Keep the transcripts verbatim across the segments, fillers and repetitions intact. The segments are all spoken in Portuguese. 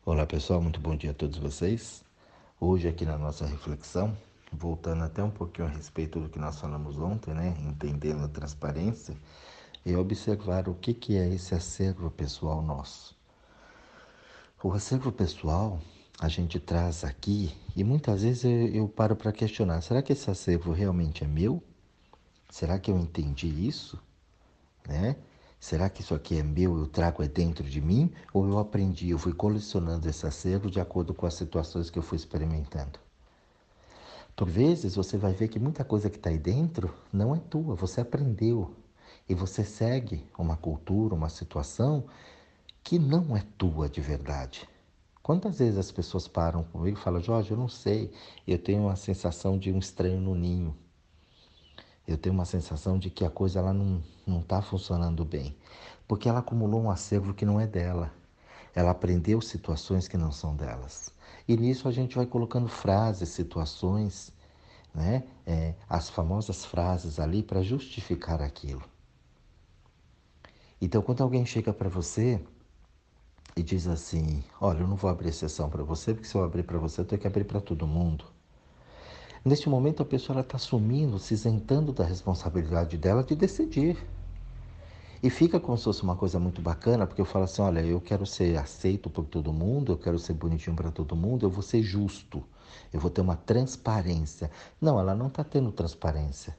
Olá pessoal, muito bom dia a todos vocês. Hoje aqui na nossa reflexão, voltando até um pouquinho a respeito do que nós falamos ontem, né? Entendendo a transparência e observar o que, que é esse acervo pessoal nosso. O acervo pessoal a gente traz aqui e muitas vezes eu, eu paro para questionar, será que esse acervo realmente é meu? Será que eu entendi isso? Né? Será que isso aqui é meu, eu trago é dentro de mim? Ou eu aprendi, eu fui colecionando esse acervo de acordo com as situações que eu fui experimentando? Por vezes você vai ver que muita coisa que está aí dentro não é tua, você aprendeu. E você segue uma cultura, uma situação que não é tua de verdade. Quantas vezes as pessoas param comigo e falam, Jorge, eu não sei, eu tenho uma sensação de um estranho no ninho. Eu tenho uma sensação de que a coisa ela não não está funcionando bem, porque ela acumulou um acervo que não é dela. Ela aprendeu situações que não são delas. E nisso a gente vai colocando frases, situações, né? É, as famosas frases ali para justificar aquilo. Então, quando alguém chega para você e diz assim, olha, eu não vou abrir exceção para você, porque se eu abrir para você, eu tenho que abrir para todo mundo. Neste momento, a pessoa está assumindo, se isentando da responsabilidade dela de decidir. E fica como se fosse uma coisa muito bacana, porque eu falo assim, olha, eu quero ser aceito por todo mundo, eu quero ser bonitinho para todo mundo, eu vou ser justo, eu vou ter uma transparência. Não, ela não está tendo transparência.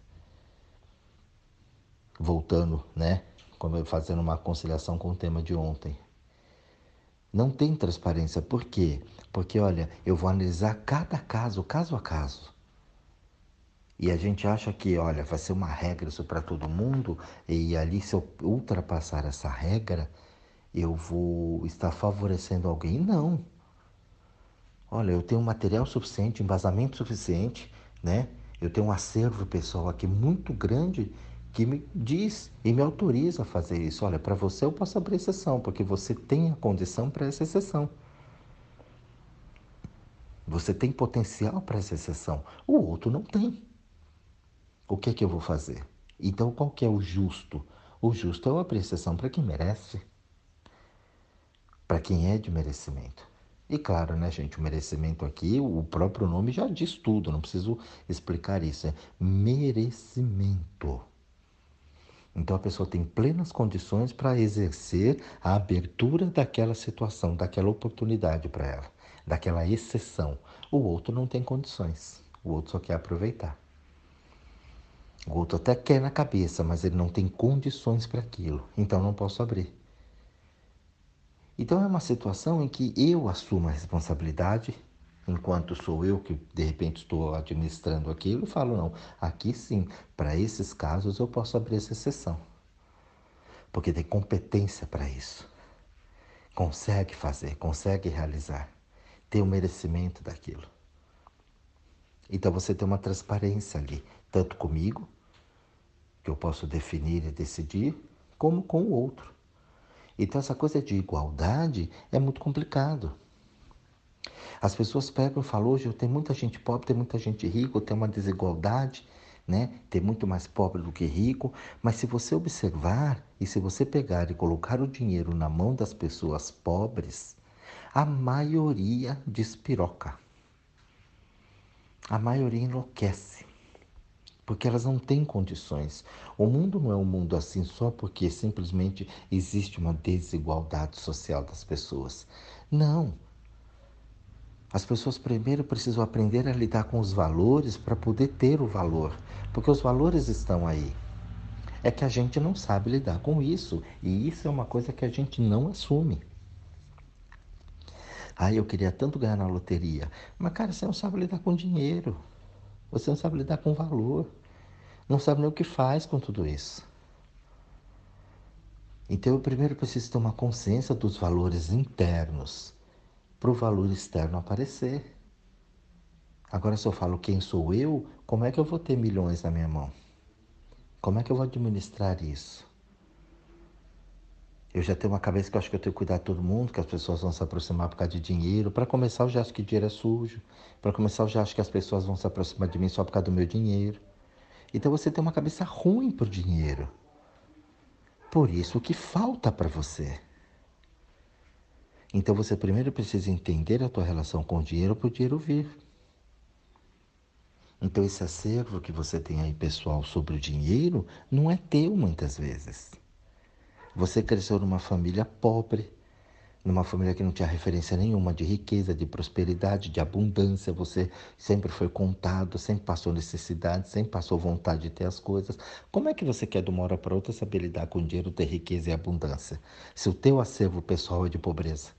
Voltando, né? Como eu fazendo uma conciliação com o tema de ontem. Não tem transparência. Por quê? Porque, olha, eu vou analisar cada caso, caso a caso. E a gente acha que, olha, vai ser uma regra isso para todo mundo, e ali se eu ultrapassar essa regra, eu vou estar favorecendo alguém. Não. Olha, eu tenho material suficiente, embasamento suficiente, né? Eu tenho um acervo pessoal aqui muito grande que me diz e me autoriza a fazer isso. Olha, para você eu posso abrir exceção, porque você tem a condição para essa exceção. Você tem potencial para essa exceção. O outro não tem. O que é que eu vou fazer? Então, qual que é o justo? O justo é eu abrir exceção para quem merece, para quem é de merecimento. E claro, né, gente, o merecimento aqui, o próprio nome já diz tudo, não preciso explicar isso, é merecimento. Então a pessoa tem plenas condições para exercer a abertura daquela situação, daquela oportunidade para ela, daquela exceção. O outro não tem condições, o outro só quer aproveitar. O outro até quer na cabeça, mas ele não tem condições para aquilo, então não posso abrir. Então é uma situação em que eu assumo a responsabilidade, enquanto sou eu que de repente estou administrando aquilo, e falo, não, aqui sim, para esses casos eu posso abrir essa exceção. Porque tem competência para isso. Consegue fazer, consegue realizar, tem o merecimento daquilo. Então você tem uma transparência ali, tanto comigo, que eu posso definir e decidir, como com o outro. Então essa coisa de igualdade é muito complicado. As pessoas pegam e falam, hoje tem muita gente pobre, tem muita gente rica, tem uma desigualdade, né? Tem muito mais pobre do que rico, mas se você observar e se você pegar e colocar o dinheiro na mão das pessoas pobres, a maioria despiroca. A maioria enlouquece, porque elas não têm condições. O mundo não é um mundo assim só porque simplesmente existe uma desigualdade social das pessoas. Não. As pessoas primeiro precisam aprender a lidar com os valores para poder ter o valor, porque os valores estão aí. É que a gente não sabe lidar com isso, e isso é uma coisa que a gente não assume. Ah, eu queria tanto ganhar na loteria, mas cara, você não sabe lidar com dinheiro, você não sabe lidar com valor, não sabe nem o que faz com tudo isso. Então eu primeiro preciso ter uma consciência dos valores internos, para o valor externo aparecer. Agora, se eu falo quem sou eu, como é que eu vou ter milhões na minha mão? Como é que eu vou administrar isso? Eu já tenho uma cabeça que eu acho que eu tenho que cuidar de todo mundo, que as pessoas vão se aproximar por causa de dinheiro. Para começar, eu já acho que dinheiro é sujo. Para começar, eu já acho que as pessoas vão se aproximar de mim só por causa do meu dinheiro. Então você tem uma cabeça ruim por dinheiro. Por isso que falta para você. Então você primeiro precisa entender a tua relação com o dinheiro para o dinheiro vir. Então esse acervo que você tem aí, pessoal, sobre o dinheiro, não é teu muitas vezes. Você cresceu numa família pobre, numa família que não tinha referência nenhuma de riqueza, de prosperidade, de abundância. Você sempre foi contado, sempre passou necessidade, sempre passou vontade de ter as coisas. Como é que você quer de uma hora para outra saber lidar com dinheiro, ter riqueza e abundância, se o teu acervo pessoal é de pobreza?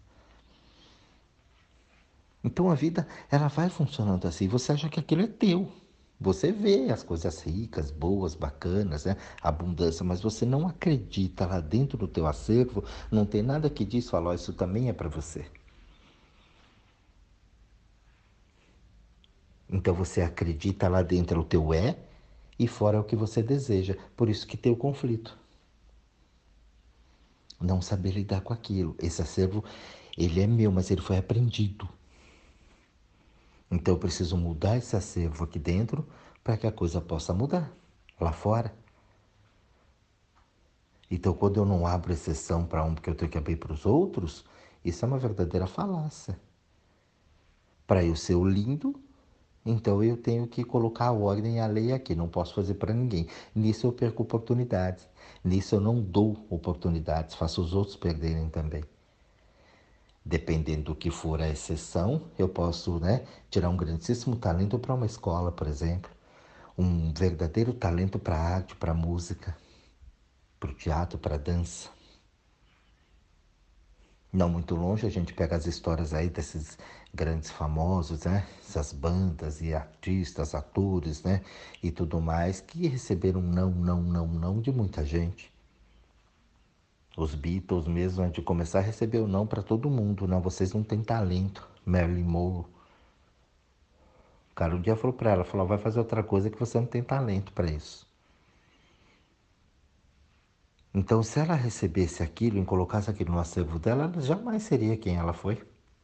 Então a vida, ela vai funcionando assim. Você acha que aquilo é teu. Você vê as coisas ricas, boas, bacanas, né? Abundância, mas você não acredita lá dentro do teu acervo, não tem nada que diz, fala, ó, isso também é para você. Então você acredita lá dentro o teu é e fora é o que você deseja. Por isso que tem o conflito. Não saber lidar com aquilo. Esse acervo, ele é meu, mas ele foi aprendido. Então eu preciso mudar esse acervo aqui dentro para que a coisa possa mudar lá fora. Então quando eu não abro exceção para um porque eu tenho que abrir para os outros, isso é uma verdadeira falácia. Para eu ser o lindo, então eu tenho que colocar a ordem e a lei aqui, não posso fazer para ninguém. Nisso eu perco oportunidades. Nisso eu não dou oportunidades, faço os outros perderem também. Dependendo do que for a exceção, eu posso, né, tirar um grandíssimo talento para uma escola, por exemplo. Um verdadeiro talento para a arte, para a música, para o teatro, para a dança. Não muito longe, a gente pega as histórias aí desses grandes famosos, né? Essas bandas e artistas, atores, né? E tudo mais, que receberam não, não, não, não de muita gente. Os Beatles mesmo, antes de começar, recebeu não para todo mundo. Não, vocês não têm talento. Marilyn Monroe. O cara um dia falou para ela, falou, vai fazer outra coisa que você não tem talento para isso. Então, se ela recebesse aquilo e colocasse aquilo no acervo dela, ela jamais seria quem ela foi.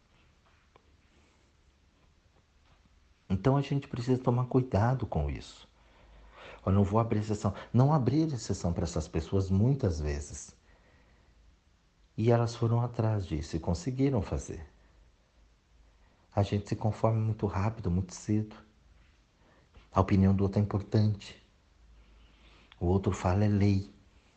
Então, a gente precisa tomar cuidado com isso. Eu não vou abrir exceção. Não abrir exceção para essas pessoas muitas vezes. E elas foram atrás disso e conseguiram fazer. A gente se conforma muito rápido, muito cedo. A opinião do outro é importante. O outro fala é lei.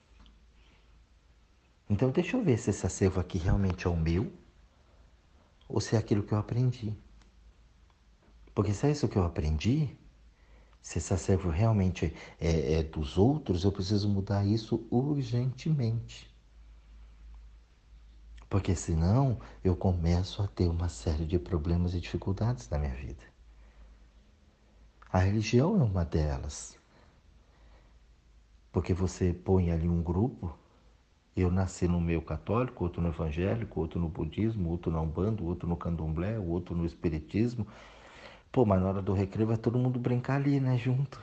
Então deixa eu ver se esse acervo aqui realmente é o meu ou se é aquilo que eu aprendi. Porque se é isso que eu aprendi, se esse acervo realmente é, é dos outros, eu preciso mudar isso urgentemente. Porque senão eu começo a ter uma série de problemas e dificuldades na minha vida. A religião é uma delas. Porque você põe ali um grupo, eu nasci no meio católico, outro no evangélico, outro no budismo, outro na umbanda, outro no candomblé, outro no espiritismo. Pô, mas na hora do recreio vai todo mundo brincar ali, né, junto.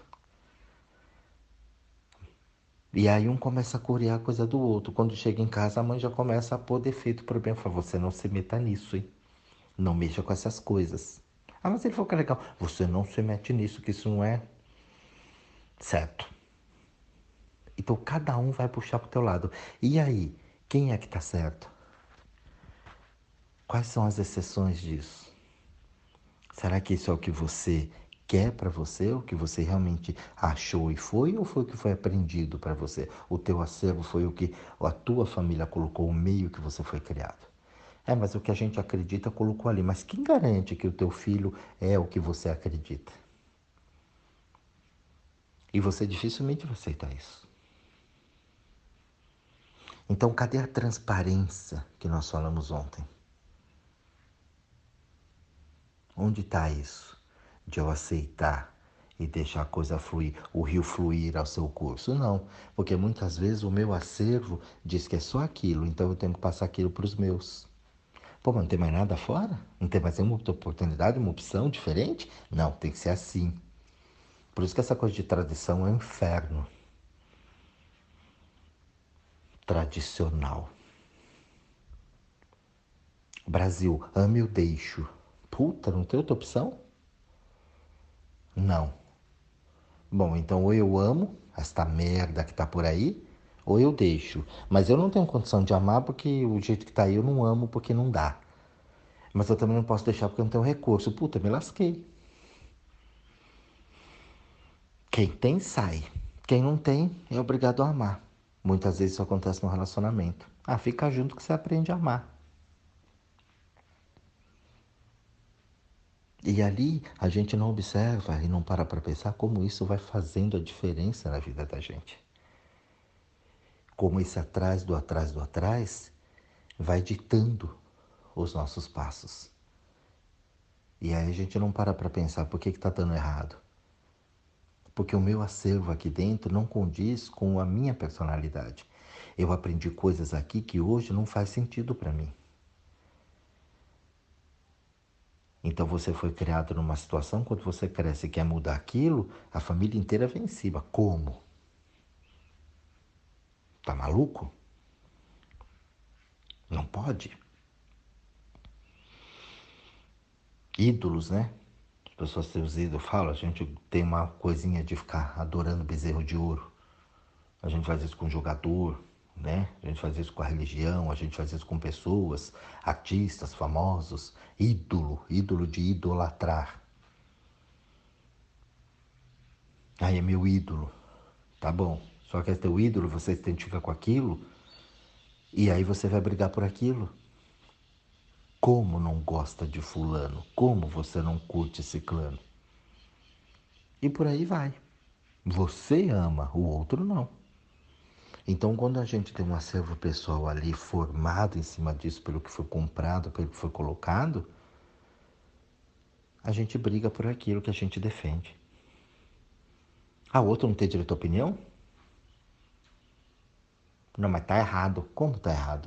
E aí um começa a corear a coisa do outro. Quando chega em casa, a mãe já começa a pôr defeito pro bem. Fala, você não se meta nisso, hein? Não mexa com essas coisas. Ah, mas ele falou que é legal. Você não se mete nisso, que isso não é certo. Então cada um vai puxar pro teu lado. E aí, quem é que tá certo? Quais são as exceções disso? Será que isso é o que você quer para você, o que você realmente achou e foi, ou foi o que foi aprendido para você? O teu acervo foi o que a tua família colocou, o meio que você foi criado. É, mas o que a gente acredita colocou ali. Mas quem garante que o teu filho é o que você acredita? E você dificilmente vai aceitar isso. Então, cadê a transparência que nós falamos ontem? Onde está isso? De eu aceitar e deixar a coisa fluir, o rio fluir ao seu curso? Não, porque muitas vezes o meu acervo diz que é só aquilo, então eu tenho que passar aquilo para os meus. Pô, mas não tem mais nada fora? Não tem mais nenhuma oportunidade, uma opção diferente? Não, tem que ser assim. Por isso que essa coisa de tradição é um inferno. Tradicional. Brasil, ame ou deixo. Puta, não tem outra opção? Não. Bom, então ou eu amo esta merda que tá por aí, Ou eu deixo. Mas eu não tenho condição de amar porque o jeito que tá aí eu não amo porque não dá. Mas eu também não posso deixar porque eu não tenho recurso. Puta, me lasquei. Quem tem, sai. Quem não tem, é obrigado a amar. Muitas vezes isso acontece no relacionamento. Ah, fica junto que você aprende a amar. E ali a gente não observa e não para para pensar como isso vai fazendo a diferença na vida da gente. Como esse atrás do atrás do atrás vai ditando os nossos passos. E aí a gente não para para pensar por que está dando errado. Porque o meu acervo aqui dentro não condiz com a minha personalidade. Eu aprendi coisas aqui que hoje não faz sentido para mim. Então você foi criado numa situação, quando você cresce e quer mudar aquilo, a família inteira vem em cima. Como? Tá maluco? Não pode. Ídolos, né? As pessoas têm os ídolos. Fala, a gente tem uma coisinha de ficar adorando bezerro de ouro. A gente faz isso com jogador, né? A gente faz isso com a religião, a gente faz isso com pessoas, artistas famosos, ídolo, ídolo de idolatrar. Aí é meu ídolo. Tá bom. Só que é teu ídolo, você se identifica com aquilo, e aí você vai brigar por aquilo. Como não gosta de fulano? Como você não curte ciclano? E por aí vai. Você ama, o outro não. Então, quando a gente tem um acervo pessoal ali formado em cima disso, pelo que foi comprado, pelo que foi colocado, a gente briga por aquilo que a gente defende. Ah, o outro não tem direito à opinião? Não, mas tá errado. Como tá errado?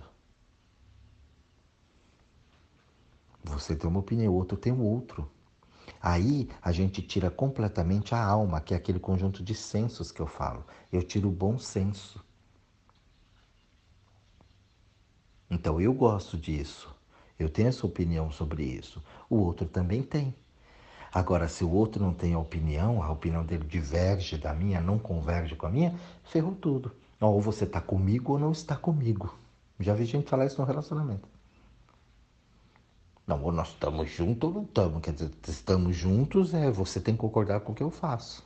Você tem uma opinião, o outro tem o outro. Aí a gente tira completamente a alma, que é aquele conjunto de sensos que eu falo. Eu tiro o bom senso. Então eu gosto disso. Eu tenho essa opinião sobre isso. O outro também tem. Agora, se o outro não tem a opinião, a opinião dele diverge da minha, não converge com a minha, ferrou tudo. Ou você está comigo ou não está comigo. Já vi gente falar isso no relacionamento. Não, ou nós estamos juntos ou não estamos. Quer dizer, estamos juntos, é você tem que concordar com o que eu faço.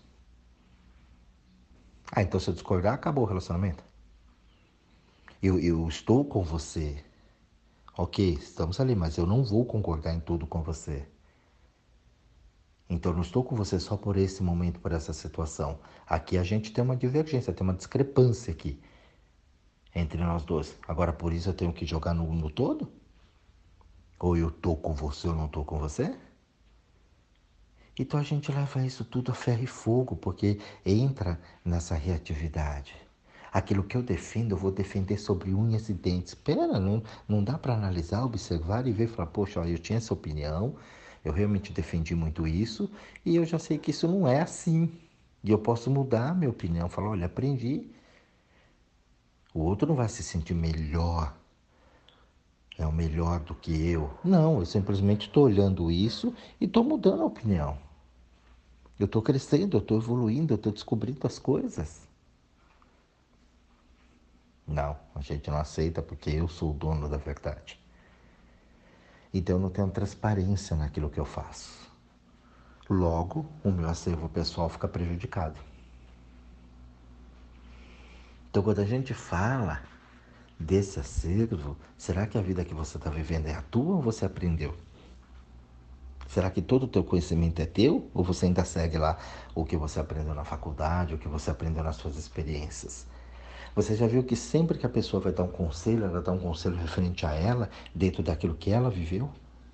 Ah, então se eu discordar, acabou o relacionamento. Eu, eu estou com você. Ok, estamos ali, mas eu não vou concordar em tudo com você. Então, eu não estou com você só por esse momento, por essa situação. Aqui a gente tem uma divergência, tem uma discrepância aqui entre nós dois. Agora, por isso eu tenho que jogar no, no todo? Ou eu tô com você ou não tô com você? Então a gente leva isso tudo a ferro e fogo, porque entra nessa reatividade. Aquilo que eu defendo, eu vou defender sobre unhas e dentes. Pera, não, não dá para analisar, observar e ver e falar, poxa, ó, eu tinha essa opinião, eu realmente defendi muito isso, e eu já sei que isso não é assim. E eu posso mudar a minha opinião, falar, olha, aprendi. O outro não vai se sentir melhor, é o melhor do que eu. Não, eu simplesmente estou olhando isso e estou mudando a opinião. Eu estou crescendo, eu estou evoluindo, eu estou descobrindo as coisas. Não, a gente não aceita porque eu sou o dono da verdade. Então eu não tenho transparência naquilo que eu faço. Logo, o meu acervo pessoal fica prejudicado. Então quando a gente fala desse acervo, será que a vida que você está vivendo é a tua ou você aprendeu? Será que todo o teu conhecimento é teu? Ou você ainda segue lá o que você aprendeu na faculdade, o que você aprendeu nas suas experiências? Você já viu que sempre que a pessoa vai dar um conselho, ela dá um conselho referente a ela, dentro daquilo que ela viveu?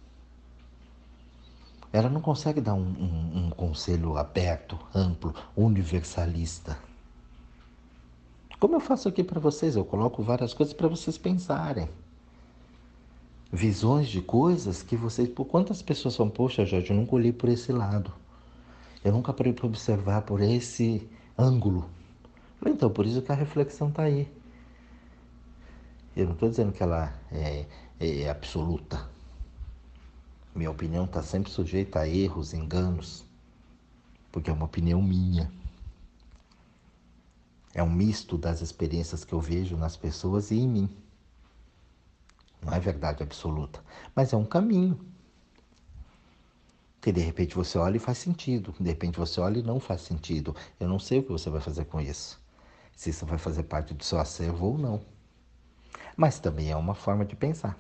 Ela não consegue dar um, um, um conselho aberto, amplo, universalista. Como eu faço aqui para vocês, eu coloco várias coisas para vocês pensarem. Visões de coisas que vocês... Por quantas pessoas falam, poxa, Jorge, eu nunca olhei por esse lado. Eu nunca parei para observar por esse ângulo. Então, por isso que a reflexão está aí. Eu não estou dizendo que ela é, é absoluta. Minha opinião está sempre sujeita a erros, enganos, porque é uma opinião minha. É um misto das experiências que eu vejo nas pessoas e em mim. Não é verdade absoluta, mas é um caminho. Que de repente você olha e faz sentido, de repente você olha e não faz sentido. Eu não sei o que você vai fazer com isso. Se isso vai fazer parte do seu acervo ou não. Mas também é uma forma de pensar.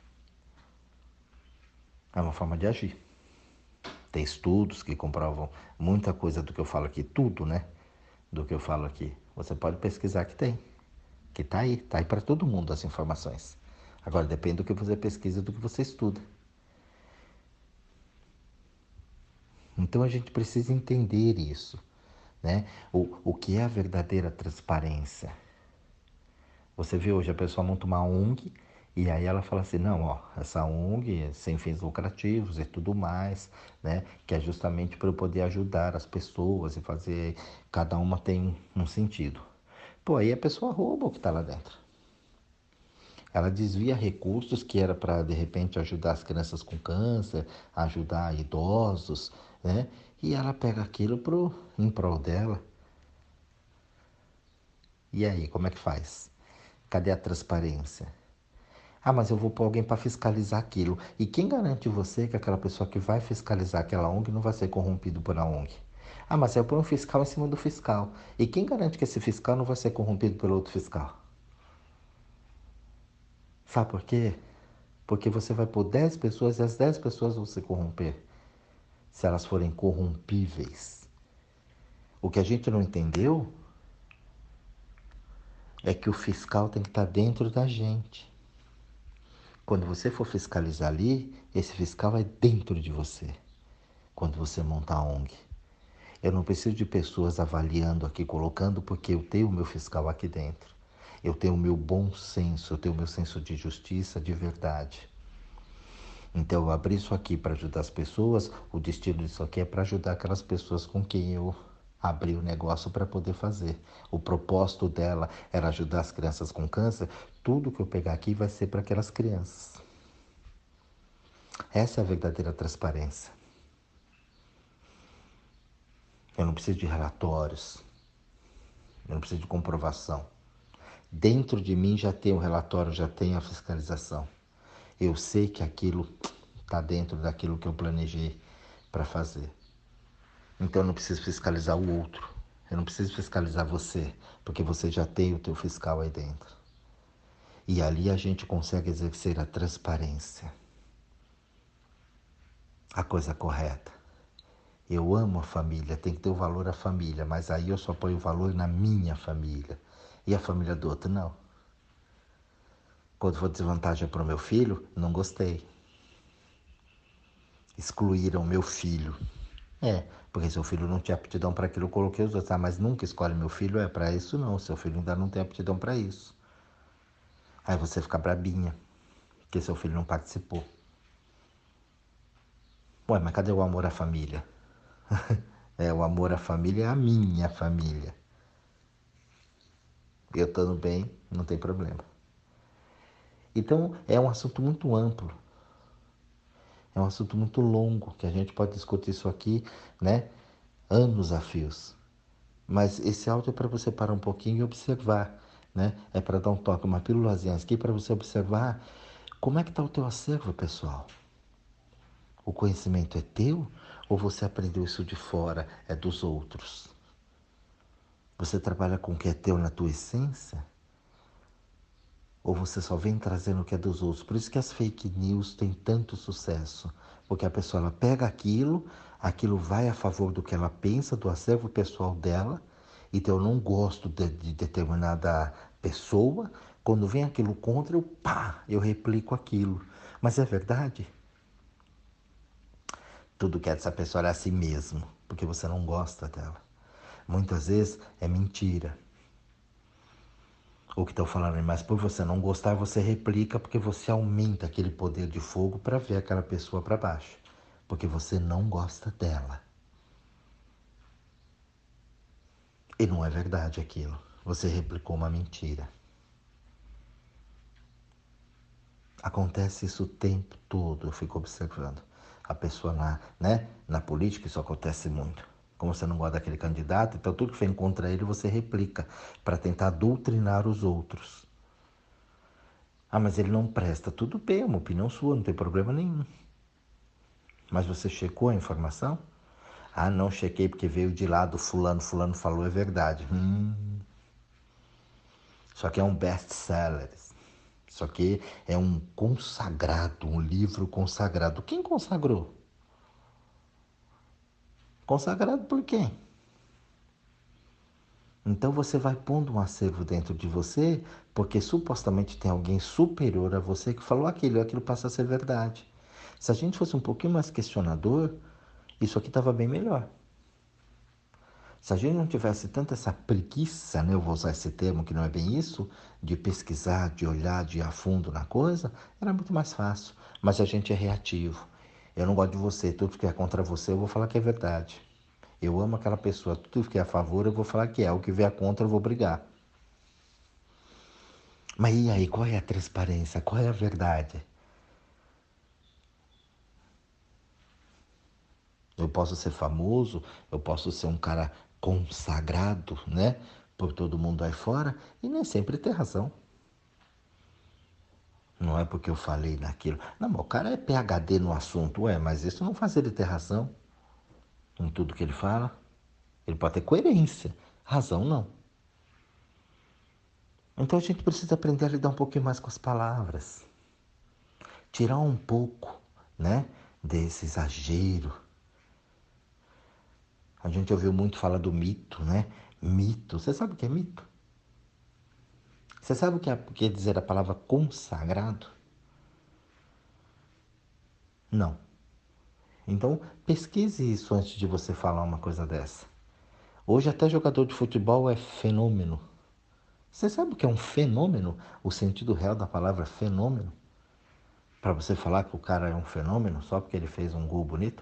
É uma forma de agir. Tem estudos que comprovam muita coisa do que eu falo aqui, tudo, né? Do que eu falo aqui. Você pode pesquisar que tem. Que tá aí, tá aí para todo mundo as informações. Agora depende do que você pesquisa e do que você estuda. Então a gente precisa entender isso, né? O, o que é a verdadeira transparência? Você vê hoje a pessoa monta uma O N G e aí ela fala assim, não, ó, essa O N G é sem fins lucrativos e tudo mais, né? Que é justamente para eu poder ajudar as pessoas e fazer, cada uma tem um sentido. Pô, aí a pessoa rouba o que está lá dentro. Ela desvia recursos que era para, de repente, ajudar as crianças com câncer, ajudar idosos, né? E ela pega aquilo pro, em prol dela. E aí, como é que faz? Cadê a transparência? Ah, mas eu vou pôr alguém para fiscalizar aquilo. E quem garante você que aquela pessoa que vai fiscalizar aquela O N G não vai ser corrompido por uma O N G? Ah, mas eu ponho um fiscal em cima do fiscal. E quem garante que esse fiscal não vai ser corrompido pelo outro fiscal? Sabe por quê? Porque você vai pôr dez pessoas e as dez pessoas vão se corromper. Se elas forem corrompíveis. O que a gente não entendeu é que o fiscal tem que estar dentro da gente. Quando você for fiscalizar ali, esse fiscal é dentro de você. Quando você montar a O N G. Eu não preciso de pessoas avaliando aqui, colocando, porque eu tenho o meu fiscal aqui dentro. Eu tenho o meu bom senso, eu tenho o meu senso de justiça, de verdade. Então eu abri isso aqui para ajudar as pessoas, o destino disso aqui é para ajudar aquelas pessoas com quem eu abri o negócio para poder fazer. O propósito dela era ajudar as crianças com câncer, tudo que eu pegar aqui vai ser para aquelas crianças. Essa é a verdadeira transparência. Eu não preciso de relatórios, eu não preciso de comprovação. Dentro de mim já tem o relatório, já tem a fiscalização. Eu sei que aquilo está dentro daquilo que eu planejei para fazer. Então eu não preciso fiscalizar o outro. Eu não preciso fiscalizar você, porque você já tem o teu fiscal aí dentro. E ali a gente consegue exercer a transparência. A coisa correta. Eu amo a família, tem que ter o valor à família, mas aí eu só ponho o valor na minha família. E a família do outro, não. Quando for desvantagem para o meu filho, não gostei. Excluíram meu filho. É, porque seu filho não tinha aptidão para aquilo, eu coloquei os outros. Ah, mas nunca escolhe meu filho, é para isso não. Seu filho ainda não tem aptidão para isso. Aí você fica brabinha, porque seu filho não participou. Ué, mas cadê o amor à família? É, o amor à família é a minha família. Eu estando bem, não tem problema. Então, é um assunto muito amplo. É um assunto muito longo, que a gente pode discutir isso aqui, né? Anos a fios. Mas esse áudio é para você parar um pouquinho e observar, né? É para dar um toque, uma pílulazinha aqui para você observar como é que está o teu acervo, pessoal. O conhecimento é teu ou você aprendeu isso de fora, é dos outros? Você trabalha com o que é teu na tua essência? Ou você só vem trazendo o que é dos outros? Por isso que as fake news têm tanto sucesso. Porque a pessoa ela pega aquilo, aquilo vai a favor do que ela pensa, do acervo pessoal dela. Então eu não gosto de, de determinada pessoa. Quando vem aquilo contra, eu pá, eu replico aquilo. Mas é verdade? Tudo que é dessa pessoa é assim mesmo, porque você não gosta dela. Muitas vezes é mentira o que estão falando, mas por você não gostar, você replica porque você aumenta aquele poder de fogo para ver aquela pessoa para baixo, porque você não gosta dela. E não é verdade aquilo. Você replicou uma mentira. Acontece isso o tempo todo, eu fico observando. A pessoa na, né, na política isso acontece muito. Como você não gosta daquele candidato, então tudo que vem contra ele você replica para tentar doutrinar os outros. Ah, mas ele não presta. Tudo bem, é uma opinião sua, não tem problema nenhum. Mas você checou a informação? Ah, não chequei porque veio de lá do fulano, fulano falou, é verdade. Hum, isso aqui é um best-seller. Isso aqui é um consagrado, um livro consagrado. Quem consagrou? Consagrado por quem? Então você vai pondo um acervo dentro de você, porque supostamente tem alguém superior a você que falou aquilo, e aquilo passa a ser verdade. Se a gente fosse um pouquinho mais questionador, isso aqui estava bem melhor. Se a gente não tivesse tanta essa preguiça, né, eu vou usar esse termo que não é bem isso, de pesquisar, de olhar, de ir a fundo na coisa, era muito mais fácil. Mas a gente é reativo. Eu não gosto de você, tudo que é contra você eu vou falar que é verdade. Eu amo aquela pessoa, tudo que é a favor eu vou falar que é, o que vier contra eu vou brigar. Mas e aí, qual é a transparência? Qual é a verdade? Eu posso ser famoso, eu posso ser um cara consagrado, né? Por todo mundo aí fora, e nem sempre ter razão. Não é porque eu falei naquilo. Não, mas o cara é P H D no assunto, ué, mas isso não faz ele ter razão em tudo que ele fala. Ele pode ter coerência, razão não. Então a gente precisa aprender a lidar um pouquinho mais com as palavras. Tirar um pouco, né, desse exagero. A gente ouviu muito falar do mito, né? Mito. Você sabe o que é mito? Você sabe o que é, quer dizer a palavra consagrado? Não. Então, pesquise isso antes de você falar uma coisa dessa. Hoje até jogador de futebol é fenômeno. Você sabe o que é um fenômeno? O sentido real da palavra fenômeno? Para você falar que o cara é um fenômeno só porque ele fez um gol bonito?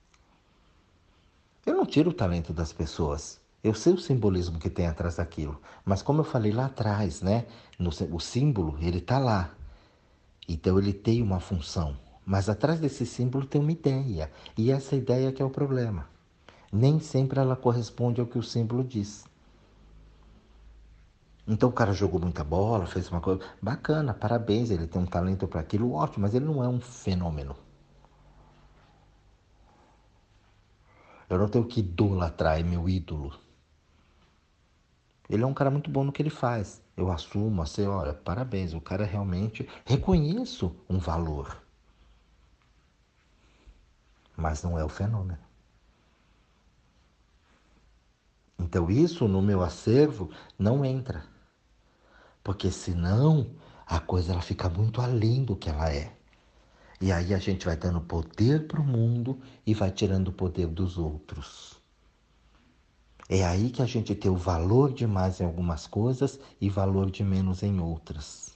Eu não tiro o talento das pessoas. Eu sei o simbolismo que tem atrás daquilo. Mas como eu falei lá atrás, né? No, o símbolo, ele está lá. Então ele tem uma função. Mas atrás desse símbolo tem uma ideia. E essa ideia que é o problema. Nem sempre ela corresponde ao que o símbolo diz. Então o cara jogou muita bola, fez uma coisa bacana, parabéns, ele tem um talento para aquilo, ótimo, mas ele não é um fenômeno. Eu não tenho que idolatrar, é meu ídolo. Ele é um cara muito bom no que ele faz. Eu assumo, assim, olha, parabéns, o cara realmente reconheço um valor, mas não é o fenômeno. Então isso no meu acervo não entra, porque senão a coisa ela fica muito além do que ela é. E aí a gente vai dando poder para o mundo e vai tirando o poder dos outros. É aí que a gente tem o valor de mais em algumas coisas e valor de menos em outras.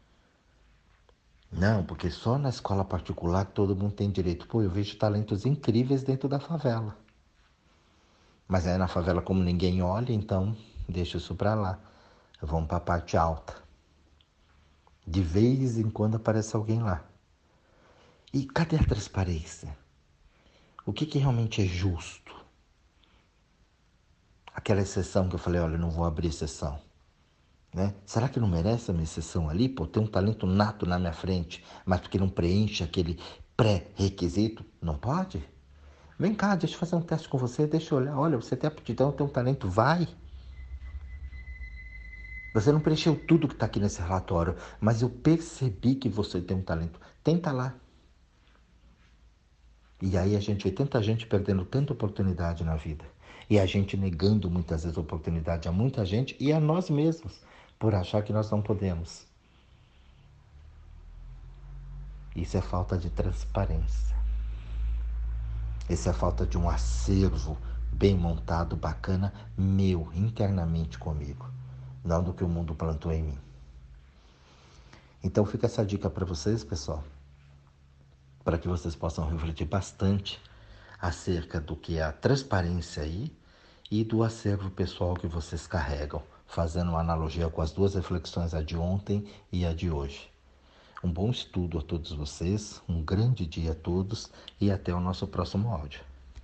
Não, porque só na escola particular todo mundo tem direito. Pô, eu vejo talentos incríveis dentro da favela. Mas aí na favela, como ninguém olha, então deixa isso pra lá. Vamos pra parte alta. De vez em quando aparece alguém lá. E cadê a transparência? O que, que realmente é justo? Aquela exceção que eu falei, olha, eu não vou abrir exceção. Né? Será que não merece a minha exceção ali? Pô, tem um talento nato na minha frente, mas porque não preenche aquele pré-requisito? Não pode? Vem cá, deixa eu fazer um teste com você, deixa eu olhar. Olha, você tem aptidão, tem um talento, vai. Você não preencheu tudo que está aqui nesse relatório, mas eu percebi que você tem um talento. Tenta lá. E aí a gente vê tanta gente perdendo tanta oportunidade na vida. E a gente negando muitas vezes oportunidade a muita gente e a nós mesmos, por achar que nós não podemos. Isso é falta de transparência. Isso é falta de um acervo bem montado, bacana, meu, internamente comigo. Não do que o mundo plantou em mim. Então fica essa dica para vocês, pessoal, para que vocês possam refletir bastante acerca do que é a transparência aí e do acervo pessoal que vocês carregam, fazendo uma analogia com as duas reflexões, a de ontem e a de hoje. Um bom estudo a todos vocês, um grande dia a todos e até o nosso próximo áudio.